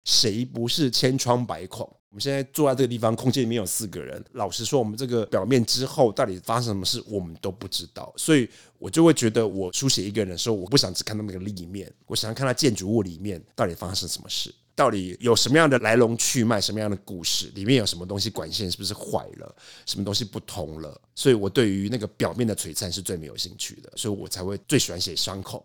谁不是千疮百孔？我们现在坐在这个地方，空间里面有4个人。老实说，我们这个表面之后到底发生什么事，我们都不知道。所以我就会觉得，我书写一个人的时候，我不想只看到那个立面，我想要看他建筑物里面到底发生什么事，到底有什么样的来龙去脉，什么样的故事，里面有什么东西管线是不是坏了，什么东西不通了。所以我对于那个表面的璀璨是最没有兴趣的，所以我才会最喜欢写伤口。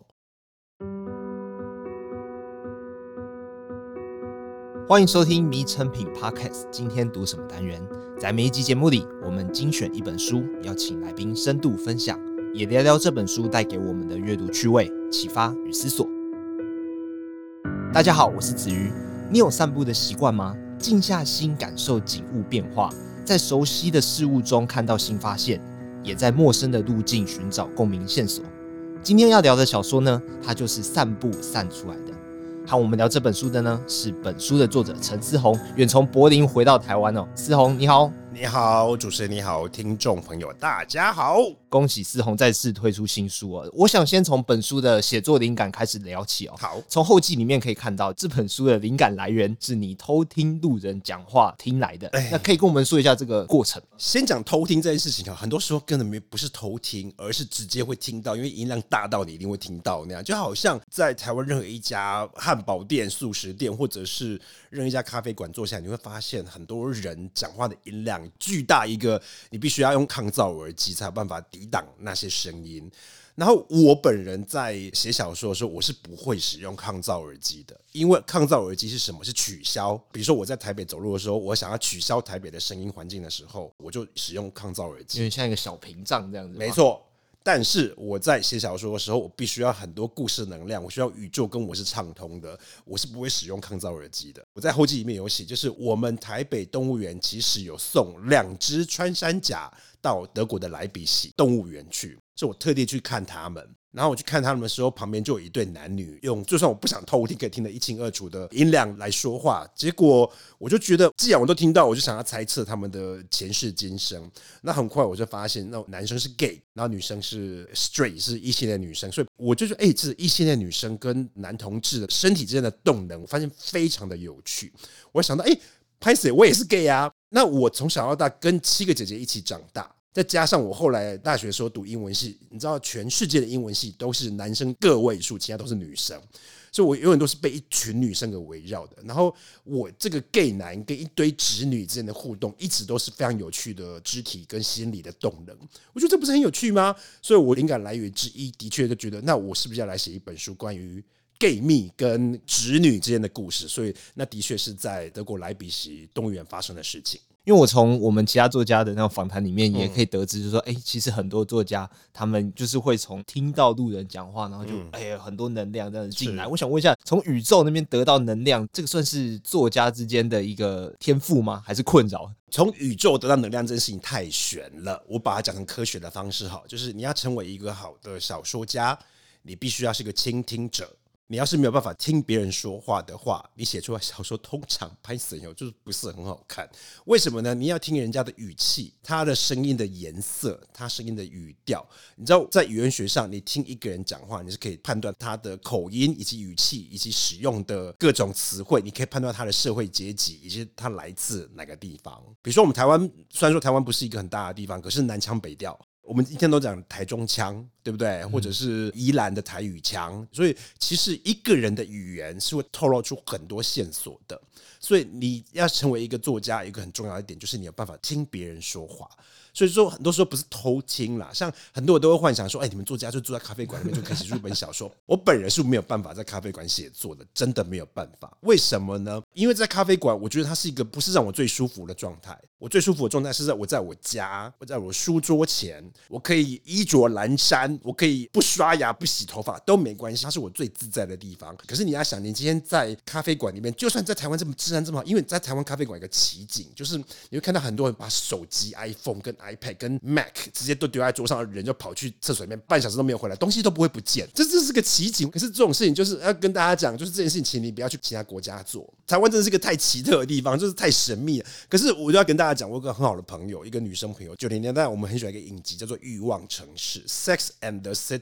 欢迎收听迷成品 Podcast， 今天读什么单元？在每一集节目里，我们精选一本书，邀请来宾深度分享，也聊聊这本书带给我们的阅读趣味、启发与思索。大家好，我是子瑜。你有散步的习惯吗？静下心感受景物变化，在熟悉的事物中看到新发现，也在陌生的路径寻找共鸣线索。今天要聊的小说呢，它就是散步散出来的。和我们聊这本书的呢，是本书的作者陈思宏，远从柏林回到台湾哦。思宏你好。 你好，主持人你好，听众朋友大家好。 恭喜思宏再次推出新书哦。我想先从本书的写作灵感开始聊起哦。 好， 从后记里面可以看到，这本书的灵感来源是你偷听路人讲话听来的。那可以跟我们说一下这个过程吗？ 先讲偷听这件事情，很多时候根本不是偷听，而是直接会听到，因为音量大到你一定会听到那样。就好像在台湾任何一家汉堡店、素食店，或者是任何一家咖啡馆坐下来，你会发现很多人讲话的音量巨大一个，你必须要用抗噪耳机才有办法抵挡那些声音。然后我本人在写小说的时候，我是不会使用抗噪耳机的，因为抗噪耳机是什么？是取消。比如说我在台北走路的时候，我想要取消台北的声音环境的时候，我就使用抗噪耳机， 有点像一个小屏障这样子。 没错。但是我在写小说的时候，我必须要很多故事能量，我需要宇宙跟我是畅通的，我是不会使用抗噪耳机的。我在后记里面有写，就是我们台北动物园其实有送2只穿山甲到德国的莱比锡动物园去，是我特地去看他们。然后我去看他们的时候，旁边就有一对男女用就算我不想偷听可以听得一清二楚的音量来说话。结果我就觉得既然我都听到，我就想要猜测他们的前世今生。那很快我就发现那男生是 gay， 然后女生是 straight， 是异性恋女生。所以我就觉得这异性恋女生跟男同志的身体之间的动能，我发现非常的有趣。我想到拍谁我也是 gay 啊。那我从小到大跟7个姐姐一起长大，再加上我后来大学的时候读英文系，你知道全世界的英文系都是男生个位数，其他都是女生，所以我永远都是被一群女生给围绕的。然后我这个 gay 男跟一堆直女之间的互动，一直都是非常有趣的肢体跟心理的动能。我觉得这不是很有趣吗？所以我灵感来源之一，的确就觉得，那我是不是要来写一本书关于gay 蜜跟直女之间的故事？所以那的确是在德国莱比锡动物园发生的事情。 因为我从我们其他作家的那种访谈里面也可以得知，就是说，其实很多作家他们就是会从听到路人讲话，然后就很多能量这样子进来。我想问一下，从宇宙那边得到能量，这个算是作家之间的一个天赋吗？还是困扰？ 从宇宙得到能量这件事情太玄了，我把它讲成科学的方式好，就是你要成为一个好的小说家，你必须要是个倾听者。你要是没有办法听别人说话的话，你写出来小说通常拍死就是不是很好看。为什么呢？你要听人家的语气，他的声音的颜色，他声音的语调。你知道在语言学上，你听一个人讲话，你是可以判断他的口音以及语气以及使用的各种词汇，你可以判断他的社会阶级以及他来自哪个地方。比如说我们台湾，虽然说台湾不是一个很大的地方，可是南腔北调，我们一天都讲台中腔，对不对？或者是宜兰的台语腔，所以其实一个人的语言是会透露出很多线索的。所以你要成为一个作家，一个很重要的一点就是你有办法听别人说话。所以说很多时候不是偷听啦，像很多人都会幻想说，你们作家就住在咖啡馆里面就可以写出一本小说。我本人是没有办法在咖啡馆写作的，真的没有办法。为什么呢？因为在咖啡馆，我觉得它是一个不是让我最舒服的状态。我最舒服的状态是我在我家，我在我书桌前，我可以衣着阑珊，我可以不刷牙不洗头发都没关系，它是我最自在的地方。可是你要想，你今天在咖啡馆里面，就算在台湾这么治安这么好，因为在台湾咖啡馆有个奇景，就是你会看到很多人把手机 iPhone 跟 iPad 跟 Mac 直接都丢在桌上，人就跑去厕所里面半小时都没有回来，东西都不会不见，这是个奇景。可是这种事情就是要跟大家讲，就是这件事情请你不要去其他国家做，台湾真的是个太奇特的地方，就是太神秘了。可是我就要跟大家讲，我有个很好的朋友，一个女生朋友，90年代我们很喜欢一个影集叫做《欲望城市》 Sex and the City，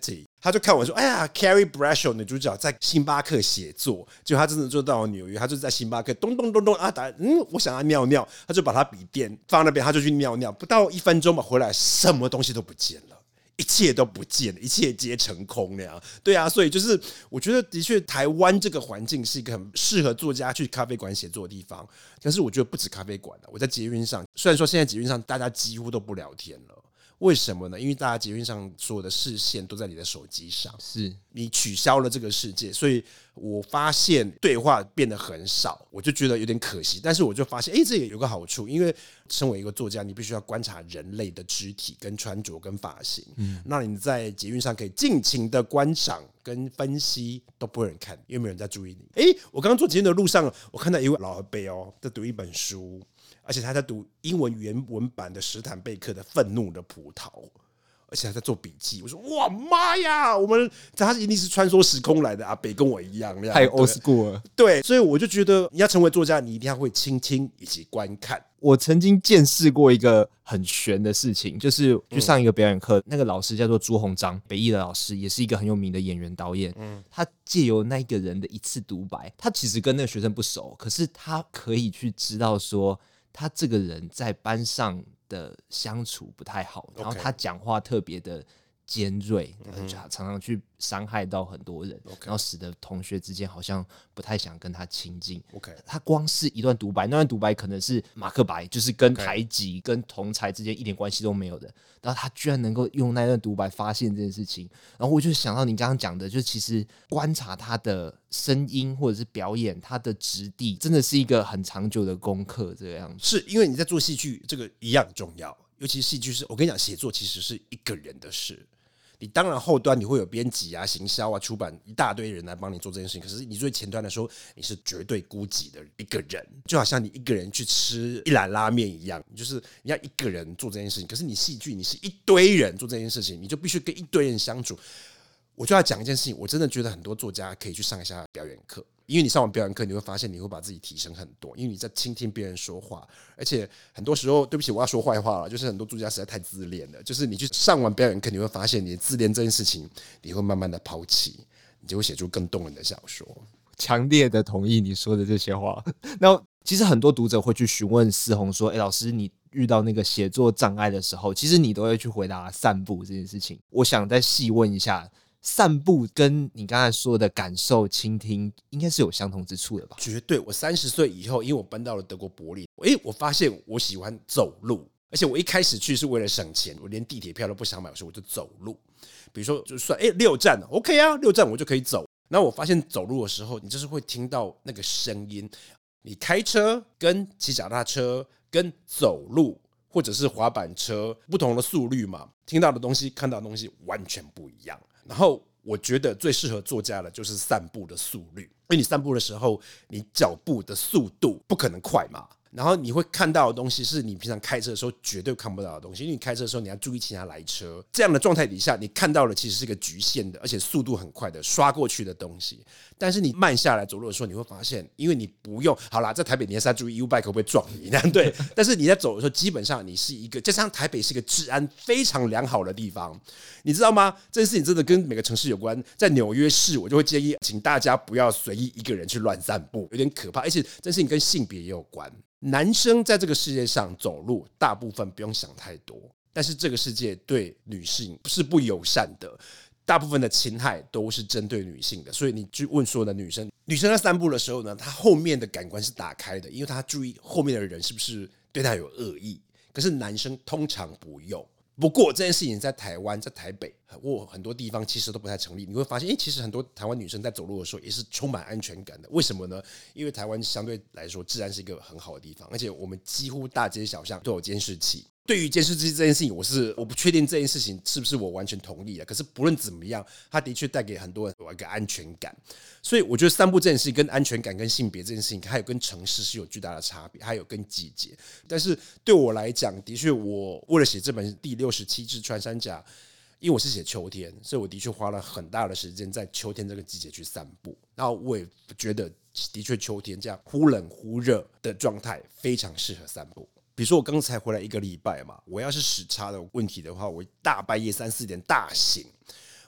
他就看我说：“哎呀 ，Carrie Bradshaw 女主角在星巴克写作，结果他真的就到了纽约，他就在星巴克咚咚咚咚啊打，我想要尿尿，他就把他笔电放那边，他就去尿尿，不到1分钟吧，回来什么东西都不见了。”一切都不见了，一切皆成空那样。对啊，所以就是我觉得的确台湾这个环境是一个很适合作家去咖啡馆写作的地方。但是我觉得不止咖啡馆了，我在捷运上，虽然说现在捷运上大家几乎都不聊天了。为什么呢？因为大家捷运上所有的视线都在你的手机上， 是你取消了这个世界，所以我发现对话变得很少，我就觉得有点可惜。但是我就发现，这也有个好处，因为身为一个作家，你必须要观察人类的肢体、跟穿着、跟发型，那你在捷运上可以尽情的观赏跟分析，都不会有人看，因为没有人在注意你。我刚刚坐捷运的路上，我看到一位老阿伯在读一本书。而且他在读英文原文版的史坦贝克的《愤怒的葡萄》，而且还在做笔记。我说：“哇妈呀！他一定是穿梭时空来的阿北，跟我一样， 太 old school 了。” 对，所以我就觉得你要成为作家，你一定要会倾听以及观看。 我曾经见识过一个很玄的事情，就是去上一个表演课，那个老师叫做朱鸿章，北艺的老师，也是一个很有名的演员导演。他借由那个人的一次独白，他其实跟那个学生不熟，可是他可以去知道说。他这个人在班上的相处不太好，然后他讲话特别的尖锐，常常去伤害到很多人，然后使得同学之间好像不太想跟他亲近。他光是一段独白，那段独白可能是马克白，就是跟排挤、跟同才之间一点关系都没有的，然后他居然能够用那段独白发现这件事情，然后我就想到你刚刚讲的，就其实观察他的声音或者是表演，他的质地真的是一个很长久的功课，这个样子。 是因为你在做戏剧，这个一样重要，尤其是戏剧是我跟你讲，写作其实是一个人的事。你当然后端你会有编辑啊、行销啊、出版一大堆人来帮你做这件事情，可是你最前端的时候，你是绝对孤寂的一个人，就好像你一个人去吃一碗拉面一样，就是你要一个人做这件事情。可是你戏剧，你是一堆人做这件事情，你就必须跟一堆人相处。我就要讲一件事情，我真的觉得很多作家可以去上一下表演课，因为你上完表演课，你会发现你会把自己提升很多，因为你在倾听别人说话，而且很多时候，对不起，我要说坏话了，就是很多作家实在太自恋了，就是你去上完表演课，你会发现你自恋这件事情，你会慢慢的抛弃，你就会写出更动人的小说。 强烈的同意你说的这些话。那其实很多读者会去询问思宏说：“老师，你遇到那个写作障碍的时候，其实你都会去回答散步这件事情。我想再细问一下。”散步跟你刚才说的感受、倾听，应该是有相同之处的吧？ 绝对。我30岁以后，因为我搬到了德国柏林，我发现我喜欢走路，而且我一开始去是为了省钱，我连地铁票都不想买，所以我就走路。比如说，就算6站 OK 啊，6站我就可以走。然后我发现走路的时候，你就是会听到那个声音。你开车跟骑脚踏车跟走路，或者是滑板车，不同的速率嘛，听到的东西、看到的东西完全不一样。然后我觉得最适合作家的就是散步的速率，因为你散步的时候，你脚步的速度不可能快嘛，然后你会看到的东西是你平常开车的时候绝对看不到的东西，因为你开车的时候你要注意其他来车，这样的状态底下，你看到的其实是一个局限的，而且速度很快的刷过去的东西。但是你慢下来走路的时候，你会发现，因为你不用好啦，在台北你还是要注意 U bike 会不会撞你，对。但是你在走的时候，基本上你是一个，加上台北是一个治安非常良好的地方，你知道吗？这件事情真的跟每个城市有关。在纽约市，我就会建议，请大家不要随意一个人去乱散步，有点可怕。而且这件事情跟性别也有关。男生在这个世界上走路，大部分不用想太多，但是这个世界对女性是不友善的。大部分的侵害都是针对女性的，所以你去问所有的女生在散步的时候呢，她后面的感官是打开的，因为她注意后面的人是不是对她有恶意。可是男生通常不用。不过这件事情在台湾、在台北或很多地方其实都不太成立。你会发现，其实很多台湾女生在走路的时候也是充满安全感的。为什么呢？因为台湾相对来说治安是一个很好的地方，而且我们几乎大街小巷都有监视器。对于监视器这件事情，我不确定这件事情是不是我完全同意的。可是不论怎么样，它的确带给很多人有一个安全感。所以我觉得散步这件事情跟安全感、跟性别这件事情，还有跟城市是有巨大的差别，还有跟季节。但是对我来讲，的确我为了写这本第67支穿山甲，因为我是写秋天，所以我的确花了很大的时间在秋天这个季节去散步。然后我也觉得，的确秋天这样忽冷忽热的状态非常适合散步。比如说我刚才回来1个礼拜嘛，我要是时差的问题的话，我大半夜3、4点大醒，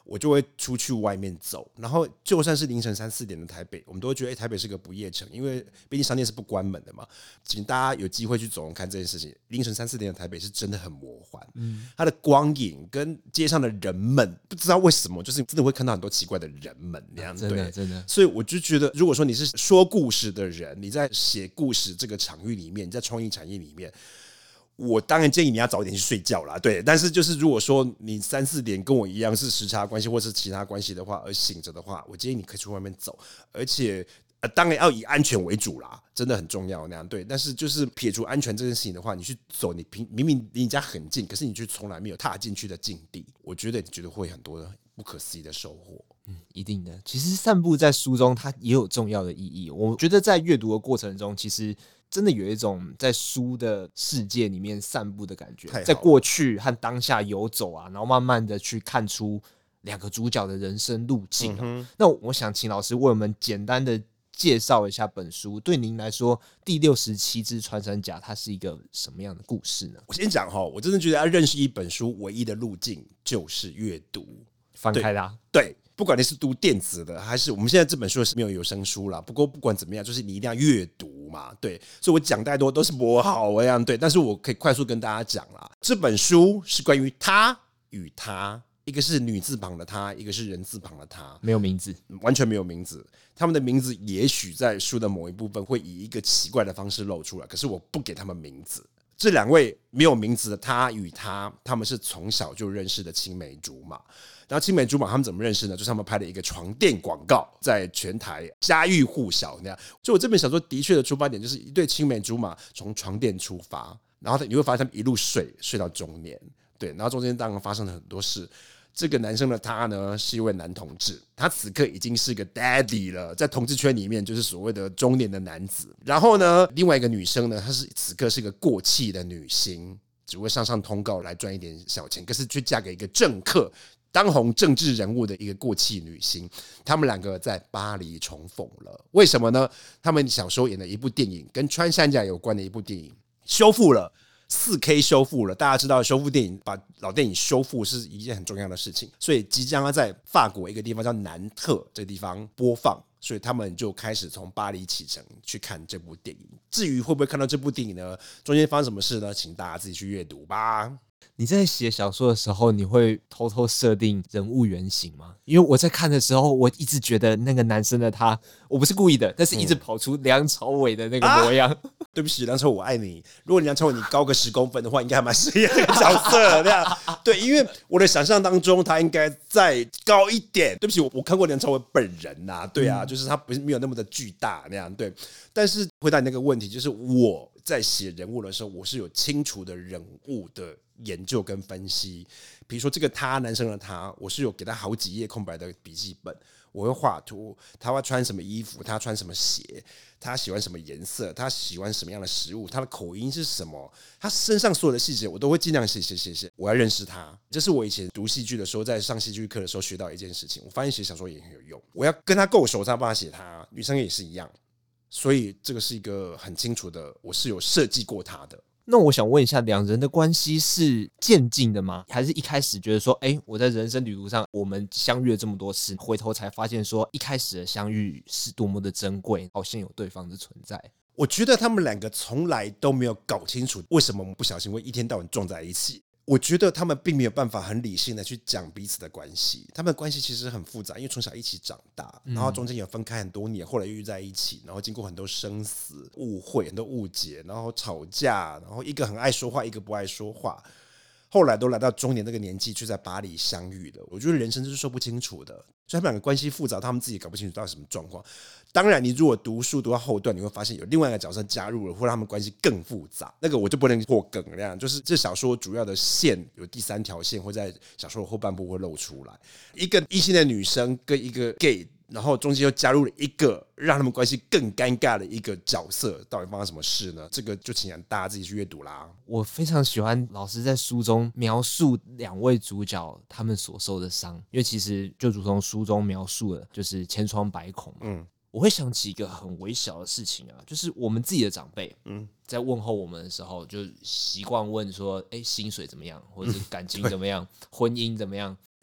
我就会出去外面走，然后就算是凌晨3、4点的台北，我们都会觉得台北是个不夜城，因为毕竟商店是不关门的嘛。请大家有机会去走走看这件事情，凌晨3、4点的台北是真的很魔幻，它的光影跟街上的人们，不知道为什么，就是真的会看到很多奇怪的人们那样， 真的真的。 所以我就觉得，如果说你是说故事的人，你在写故事这个场域里面，你在创意产业里面。我当然建议你要早点去睡觉啦，对。但是就是如果说你3、4点跟我一样是时差关系或是其他关系的话，而醒着的话，我建议你可以去外面走，而且当然要以安全为主啦，真的很重要那样对。但是就是撇除安全这件事情的话，你去走，你明明离你家很近，可是你却从来没有踏进去的境地，我觉得你觉得会很多不可思议的收获。 一定的。其实散步在书中它也有重要的意义。我觉得在阅读的过程中，其实真的有一种在书的世界里面散步的感觉，在过去和当下游走啊，然后慢慢的去看出两个主角的人生路径那我想请老师为我们简单的介绍一下本书。对您来说，第67只穿山甲它是一个什么样的故事呢？ 我先讲我真的觉得要认识一本书，唯一的路径就是阅读， 翻开它。 对。不管你是读电子的，还是我们现在这本书是没有有声书啦。不过不管怎么样，就是你一定要阅读嘛，对。所以我讲太多都是不好一样，对。但是我可以快速跟大家讲啦，这本书是关于他与他，一个是女字旁的他，一个是人字旁的他， 没有名字， 完全没有名字。他们的名字也许在书的某一部分会以一个奇怪的方式露出来，可是我不给他们名字。这两位没有名字的他与他，他们是从小就认识的青梅竹马。然后青梅竹马他们怎么认识呢？就是他们拍了一个床垫广告，在全台家喻户晓那样。所以我这本小说的确的出发点就是一对青梅竹马从床垫出发，然后你会发现他们一路睡到中年，对。然后中间当然发生了很多事。这个男生的他呢，是一位男同志，他此刻已经是个 daddy 了，在同志圈里面就是所谓的中年的男子。然后呢，另外一个女生呢，她是此刻是个过气的女星，只会上通告来赚一点小钱，可是却嫁给一个政客。当红政治人物的一个过气女星，他们两个在巴黎重逢了。为什么呢？他们小时候演的一部电影，跟穿山甲有关的一部电影，修复了。4K 修复了，大家知道修复电影把老电影修复是一件很重要的事情，所以即将要在法国一个地方叫南特这个地方播放，所以他们就开始从巴黎启程去看这部电影。至于会不会看到这部电影呢？中间发生什么事呢？请大家自己去阅读吧。 你在写小说的时候，你会偷偷设定人物原型吗？因为我在看的时候，我一直觉得那个男生的他，我不是故意的，但是一直跑出梁朝伟的那个模样。 对不起，梁朝伟，我爱你。如果你梁朝伟你高个10公分的话，应该还蛮适应那个角色那样。对，因为我的想象当中，他应该再高一点。对不起，我看过梁朝伟本人呐，对啊，就是他不是没有那么的巨大那样。对，但是回答你那个问题，就是我在写人物的时候，我是有清楚的人物的研究跟分析。比如说这个他，男生的他，我是有给他好几页空白的笔记本。我会画图，他会穿什么衣服，他穿什么鞋，他喜欢什么颜色，他喜欢什么样的食物，他的口音是什么，他身上所有的细节我都会尽量写。我要认识他，这是我以前读戏剧的时候，在上戏剧课的时候学到一件事情。我发现写小说也很有用，我要跟他够熟才办法写他。女生也是一样，所以这个是一个很清楚的，我是有设计过他的。 那我想问一下，两人的关系是渐进的吗？还是一开始觉得说，我在人生旅途上我们相遇了这么多次，回头才发现说，一开始的相遇是多么的珍贵，好像有对方的存在？ 我觉得他们两个从来都没有搞清楚为什么我们不小心会一天到晚撞在一起。我觉得他们并没有办法很理性的去讲彼此的关系，他们的关系其实很复杂，因为从小一起长大，然后中间有分开很多年，后来又遇在一起，然后经过很多生死、误会、很多误解，然后吵架，然后一个很爱说话，一个不爱说话，后来都来到中年这个年纪，就在巴黎相遇了。我觉得人生就是说不清楚的，所以他们两个关系复杂，他们自己搞不清楚到底什么状况。当然，你如果读书读到后段，你会发现有另外一个角色加入了，或让他们关系更复杂。那个我就不能破梗那样，就是这小说主要的线有第3条线会在小说的后半部会露出来，一个异性的女生跟一个 gay。然后中间又加入了一个让他们关系更尴尬的一个角色，到底发生什么事呢？这个就请大家自己去阅读啦。 我非常喜欢老师在书中描述两位主角他们所受的伤，因为其实就如同书中描述的，就是千疮百孔嘛。我会想起一个很微小的事情啊，就是我们自己的长辈，在问候我们的时候，就习惯问说，薪水怎么样，或者是感情怎么样，婚姻怎么样。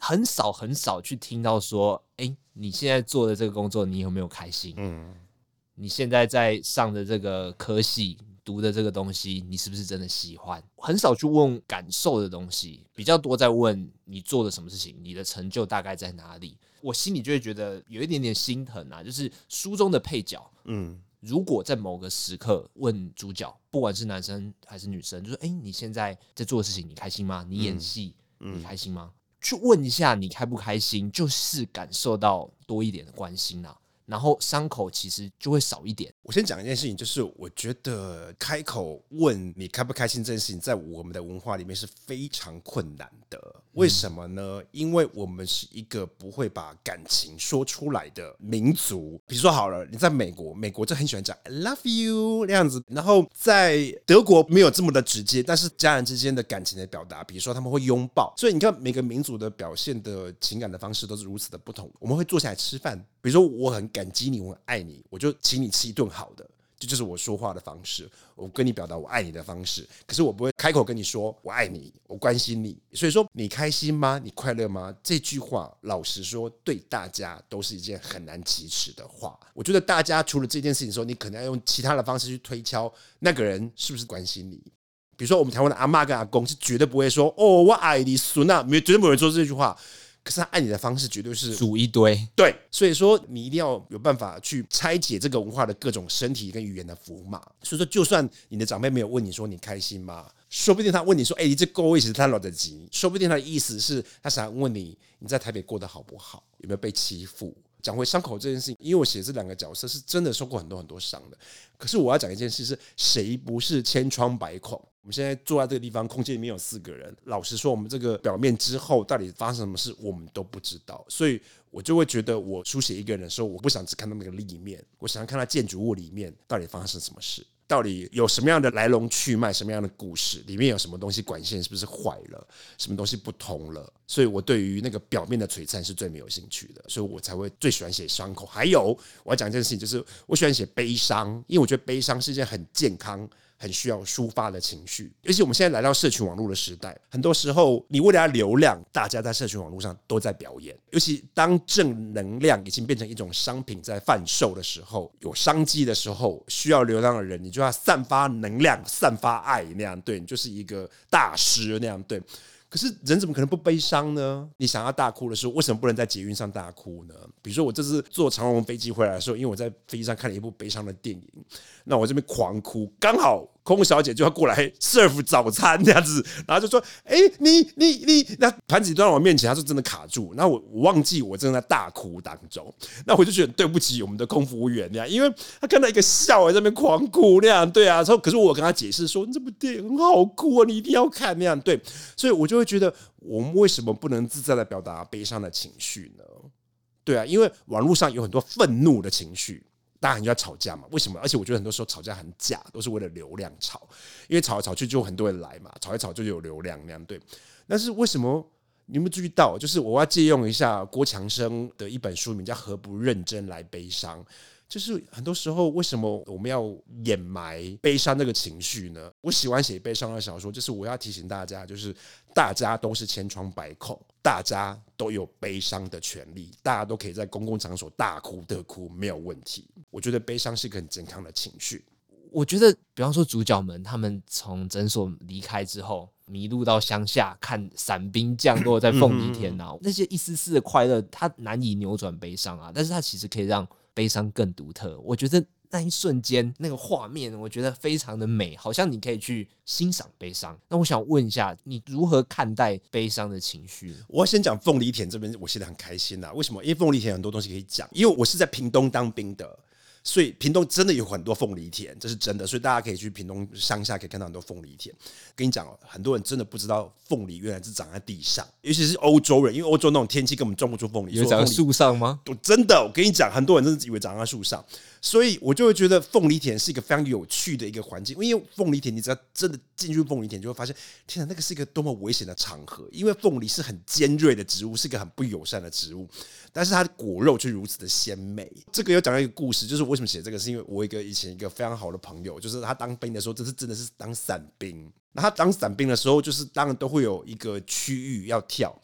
很少很少去听到说，你现在做的这个工作你有没有开心？你现在在上的这个科系读的这个东西，你是不是真的喜欢？很少去问感受的东西，比较多在问你做了什么事情，你的成就大概在哪里。我心里就会觉得有一点点心疼啊，就是书中的配角，如果在某个时刻问主角，不管是男生还是女生，就说你现在在做的事情你开心吗？你演戏你开心吗？去问一下你开不开心，就是感受到多一点的关心啦。然后伤口其实就会少一点。 我先讲一件事情，就是我觉得开口问你开不开心这件事情，在我们的文化里面是非常困难的。为什么呢？因为我们是一个不会把感情说出来的民族。比如说好了，你在美国，美国就很喜欢讲 I love you 那样子，然后在德国没有这么的直接，但是家人之间的感情的表达，比如说他们会拥抱，所以你看每个民族的表现的情感的方式都是如此的不同。我们会坐下来吃饭，比如说我很感激你，我很爱你，我就请你吃一顿好的，这就是我说话的方式，我跟你表达我爱你的方式。可是我不会开口跟你说我爱你，我关心你。所以说你开心吗？你快乐吗？这句话老实说对大家都是一件很难启齿的话。我觉得大家除了这件事情的时候，你可能要用其他的方式去推敲那个人是不是关心你。比如说我们台湾的阿嬷跟阿公是绝对不会说哦我爱你孙啊，绝对没有人说这句话。可是他爱你的方式绝对是数一堆， 对，所以说你一定要有办法去拆解这个文化的各种身体跟语言的符码。所以说，就算你的长辈没有问你说你开心吗？说不定他问你说：“你这够意思，他老得急。”说不定他的意思是他想问你在台北过得好不好，有没有被欺负。讲回伤口这件事情，因为我写这两个角色是真的受过很多很多伤的。可是我要讲一件事是，谁不是千疮百孔？我们现在坐在这个地方，空间里面有4个人。老实说，我们这个表面之后到底发生什么事，我们都不知道。所以我就会觉得，我书写一个人的时候，我不想只看到那个立面，我想要看他建筑物里面到底发生什么事。到底有什么样的来龙去脉，什么样的故事，里面有什么东西管线是不是坏了，什么东西不通了。所以我对于那个表面的璀璨是最没有兴趣的，所以我才会最喜欢写伤口。还有我要讲一件事情，就是我喜欢写悲伤，因为我觉得悲伤是一件很健康很需要抒发的情绪。尤其我们现在来到社群网络的时代，很多时候你为了要流量，大家在社群网络上都在表演。尤其当正能量已经变成一种商品在贩售的时候，有商机的时候，需要流量的人，你就要散发能量，散发爱，那样对，你就是一个大师那样对。可是人怎么可能不悲伤呢？你想要大哭的时候，为什么不能在捷运上大哭呢？比如说我这次坐长荣飞机回来的时候，因为我在飞机上看了一部悲伤的电影，那我这边狂哭，刚好空小姐就要过来 serve 早餐这样子，然后就说：“你，那盘子端到我面前，她就真的卡住。然后我忘记我正在大哭当中，那我就觉得对不起我们的空服务员那样，因为他看到一个笑在那边狂哭那样，对啊。可是我跟他解释说，这部电影很好哭啊，你一定要看那样，对。所以我就会觉得，我们为什么不能自在的表达悲伤的情绪呢？对啊，因为网络上有很多愤怒的情绪。大家很喜欢吵架嘛？为什么？而且我觉得很多时候吵架很假，都是为了流量吵，因为吵来吵去就很多人来嘛，吵一吵就有流量那样对。但是为什么你有没有注意到？就是我要借用一下郭强生的一本书名叫《何不认真来悲伤》。就是很多时候，为什么我们要掩埋悲伤这个情绪呢？我喜欢写悲伤的小说，就是我要提醒大家，就是大家都是千疮百孔，大家都有悲伤的权利，大家都可以在公共场所大哭特哭，没有问题。我觉得悲伤是一个很健康的情绪。 我觉得，比方说主角们他们从诊所离开之后，迷路到乡下看伞兵降落在凤梨田啊，那些一丝丝的快乐，它难以扭转悲伤啊，但是它其实可以让悲伤更独特。我觉得那一瞬间那个画面，我觉得非常的美，好像你可以去欣赏悲伤。那我想问一下，你如何看待悲伤的情绪？ 我要先讲凤梨田这边，我写得很开心啦。为什么？因为凤梨田有很多东西可以讲，因为我是在屏东当兵的。所以屏东真的有很多凤梨田，这是真的，所以大家可以去屏东乡下可以看到很多凤梨田。跟你讲很多人真的不知道凤梨原来是长在地上，尤其是欧洲人，因为欧洲那种天气根本种不出凤梨。 有长在树上吗？ 真的，我跟你讲，很多人真的以为长在树上，所以我就会觉得凤梨田是一个非常有趣的一个环境。因为凤梨田，你只要真的进入凤梨田，就会发现，天哪，那个是一个多么危险的场合。因为凤梨是很尖锐的植物，是一个很不友善的植物，但是它的果肉却如此的鲜美。这个有讲到一个故事，就是我为什么写这个，是因为我以前一个非常好的朋友，就是他当兵的时候，真的是当伞兵。那他当伞兵的时候，就是当然都会有一个区域要跳。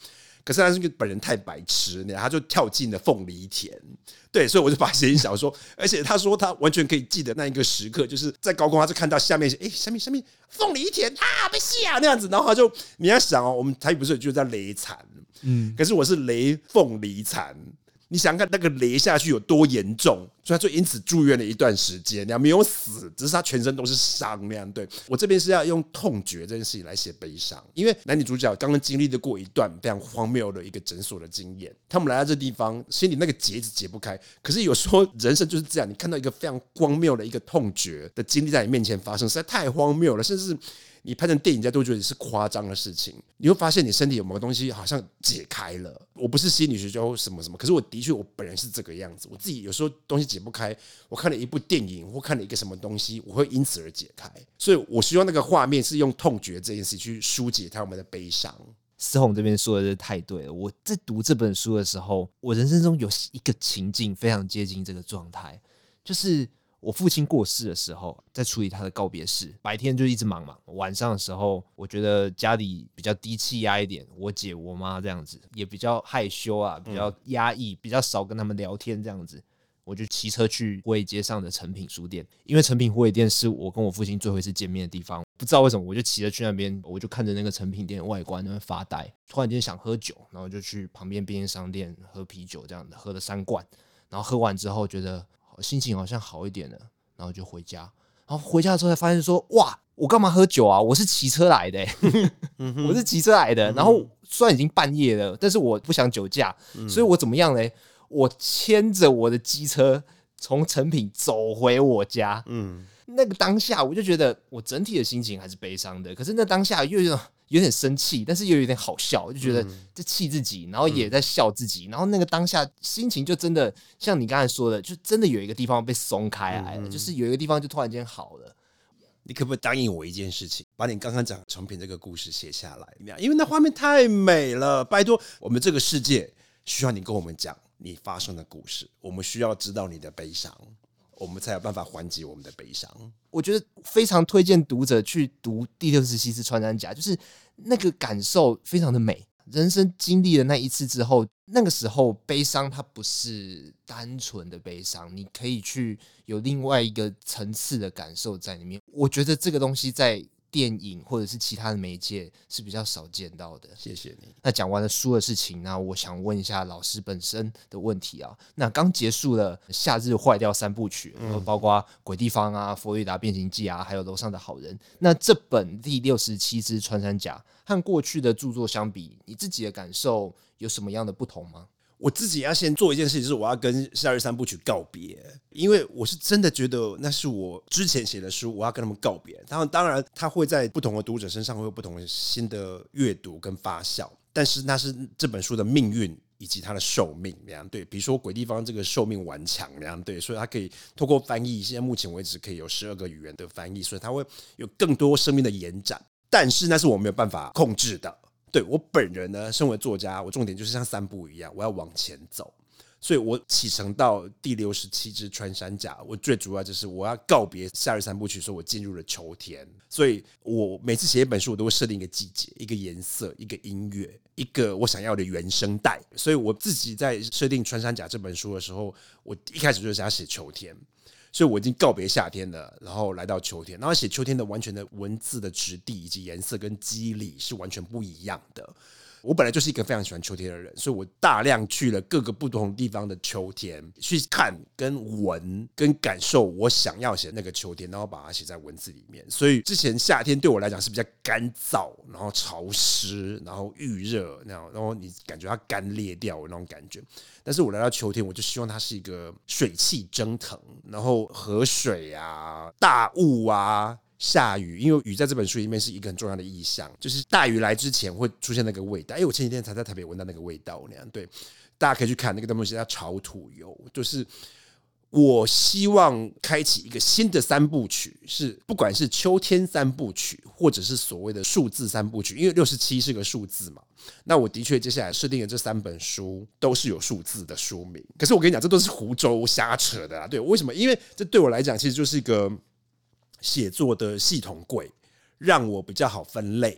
可是他这个本人太白痴，他就跳进了凤梨田。对，所以我就把它写进小说。而且他说他完全可以记得那一个时刻，就是在高空，他就看到下面，下面凤梨田啊，被吓那样子。然后他就你要想哦，我们台语不是有句叫雷惨，可是我是雷凤梨惨。你想看那个雷下去有多严重，所以他就因此住院了一段时间。没有死，只是他全身都是伤那样。对，我这边是要用痛觉这件事情来写悲伤，因为男女主角刚刚经历的过一段非常荒谬的一个诊所的经验，他们来到这地方，心里那个结一直解不开。可是有时候人生就是这样，你看到一个非常荒谬的一个痛觉的经历在你面前发生，实在太荒谬了，甚至你拍成电影，大家都觉得是夸张的事情。你会发现你身体有某个东西好像解开了。我不是心理学家或什么什么，可是我的确我本人是这个样子。我自己有时候东西解不开，我看了一部电影或看了一个什么东西，我会因此而解开。所以我希望那个画面是用痛觉这件事去疏解他们的悲伤。 思宏这边说的是太对了。我在读这本书的时候，我人生中有一个情境非常接近这个状态，就是我父亲过世的时候，在处理他的告别式，白天就一直忙嘛，晚上的时候，我觉得家里比较低气压一点，我姐我妈这样子也比较害羞啊，比较压抑，比较少跟他们聊天这样子，我就骑车去虎尾街上的诚品书店，因为诚品虎尾店是我跟我父亲最后一次见面的地方，不知道为什么我就骑着去那边，我就看着那个诚品店的外观在那边发呆，突然间想喝酒，然后就去旁边便利商店喝啤酒这样的，喝了3罐，然后喝完之后觉得心情好像好一点了，然后就回家。然后回家之后才发现说，哇，我干嘛喝酒啊？我是骑车来的、我是骑车来的。然后虽然已经半夜了，但是我不想酒驾，所以我怎么样嘞？我牵着我的机车从诚品走回我家。那个当下我就觉得我整体的心情还是悲伤的，可是那当下又有点生气，但是又有点好笑，就觉得在气自己，然后也在笑自己，然后那个当下心情就真的像你刚才说的，就真的有一个地方被松开来了，就是有一个地方就突然间好了。 你可不可以答应我一件事情，把你刚刚讲诚品这个故事写下来？因为那画面太美了，拜托，我们这个世界需要你跟我们讲你发生的故事，我们需要知道你的悲伤，我们才有办法缓解我们的悲伤。 我觉得非常推荐读者去读《第67次穿山甲》，就是那个感受非常的美。人生经历了那一次之后，那个时候悲伤它不是单纯的悲伤，你可以去有另外一个层次的感受在里面。我觉得这个东西在电影或者是其他的媒介是比较少见到的。 谢谢你。 那讲完了书的事情，那我想问一下老师本身的问题啊。那刚结束了夏日坏掉3部曲，包括鬼地方啊、佛罗里达变形记啊，还有楼上的好人。那这本第67支穿山甲和过去的著作相比，你自己的感受有什么样的不同吗？ 我自己要先做一件事情，就是我要跟夏日3部曲告别，因为我是真的觉得那是我之前写的书，我要跟他们告别。当然，它会在不同的读者身上会有不同的新的阅读跟发酵，但是那是这本书的命运以及它的寿命，对，比如说鬼地方这个寿命顽强，对，所以它可以透过翻译，现在目前为止可以有12个语言的翻译，所以它会有更多生命的延展，但是那是我没有办法控制的。对，我本人呢，身为作家，我重点就是像3部一样，我要往前走。所以我启程到第67支穿山甲，我最主要就是我要告别夏日3部曲，说我进入了秋天。所以我每次写一本书，我都会设定一个季节、一个颜色、一个音乐、一个我想要的原声带。所以我自己在设定穿山甲这本书的时候，我一开始就是想要写秋天。所以我已经告别夏天了，然后来到秋天，然后写秋天的完全的文字的质地以及颜色跟肌理是完全不一样的。我本来就是一个非常喜欢秋天的人，所以我大量去了各个不同地方的秋天，去看跟闻跟感受我想要写那个秋天，然后把它写在文字里面。所以之前夏天对我来讲是比较干燥，然后潮湿，然后预热，然后你感觉它干裂掉的那种感觉。但是我来到秋天，我就希望它是一个水汽蒸腾，然后河水啊、大雾啊、下雨，因为雨在这本书里面是一个很重要的意象，就是大雨来之前会出现那个味道。我前几天才在台北闻到那个味道那样，对，大家可以去看那个东西叫潮土油，就是我希望开启一个新的3部曲，是不管是秋天3部曲，或者是所谓的数字3部曲，因为67是个数字嘛。那我的确接下来设定的这3本书都是有数字的书名，可是我跟你讲，这都是胡诌瞎扯的啦。对，为什么？因为这对我来讲其实就是一个写作的系统柜，让我比较好分类。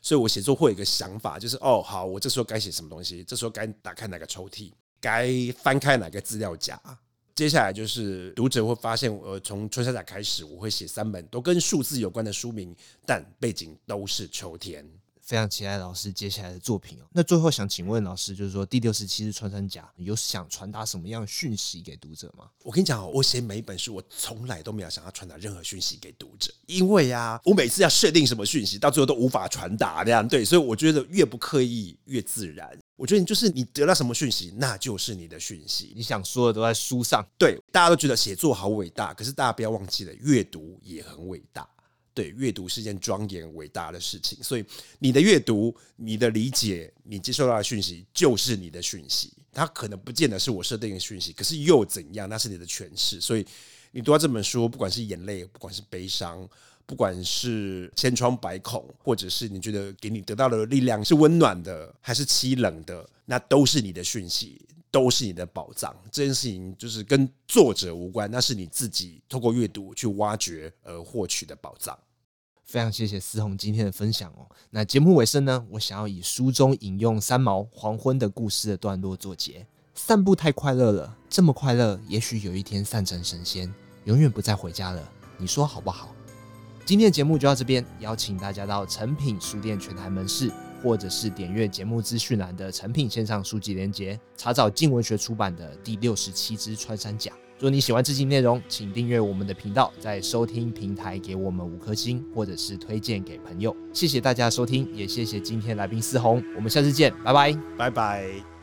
所以我写作会有一个想法，就是哦，好，我这时候该写什么东西，这时候该打开哪个抽屉，该翻开哪个资料夹。接下来就是读者会发现，从穿山甲开始，我会写3本都跟数字有关的书名，但背景都是秋天。 非常期待老师接下来的作品哦。那最后想请问老师，就是说第67日穿山甲有想传达什么样的讯息给读者吗？ 我跟你讲哦，我写每一本书，我从来都没有想要传达任何讯息给读者，因为啊，我每次要设定什么讯息，到最后都无法传达那样。对，所以我觉得越不刻意越自然。我觉得就是你得到什么讯息，那就是你的讯息。 你想说的都在书上。 对，大家都觉得写作好伟大，可是大家不要忘记了，阅读也很伟大。对，阅读是件庄严伟大的事情，所以你的阅读、你的理解、你接受到的讯息，就是你的讯息。它可能不见得是我设定的讯息，可是又怎样？那是你的诠释。所以你读到这本书，不管是眼泪，不管是悲伤，不管是千疮百孔，或者是你觉得给你得到的力量是温暖的，还是凄冷的，那都是你的讯息。都是你的宝藏，这件事情就是跟作者无关，那是你自己透过阅读去挖掘而获取的宝藏。 非常谢谢思宏今天的分享哦。那节目尾声呢，我想要以书中引用三毛《黄昏的故事》的段落作结。散步太快乐了，这么快乐，也许有一天散成神仙，永远不再回家了，你说好不好？今天的节目就到这边，邀请大家到诚品书店全台门市，或者是点阅节目资讯栏的诚品线上书籍连结，查找静文学出版的第67支穿山甲。如果你喜欢这集内容，请订阅我们的频道，在收听平台给我们5颗星，或者是推荐给朋友。谢谢大家的收听，也谢谢今天来宾思宏，我们下次见，拜拜， 拜拜。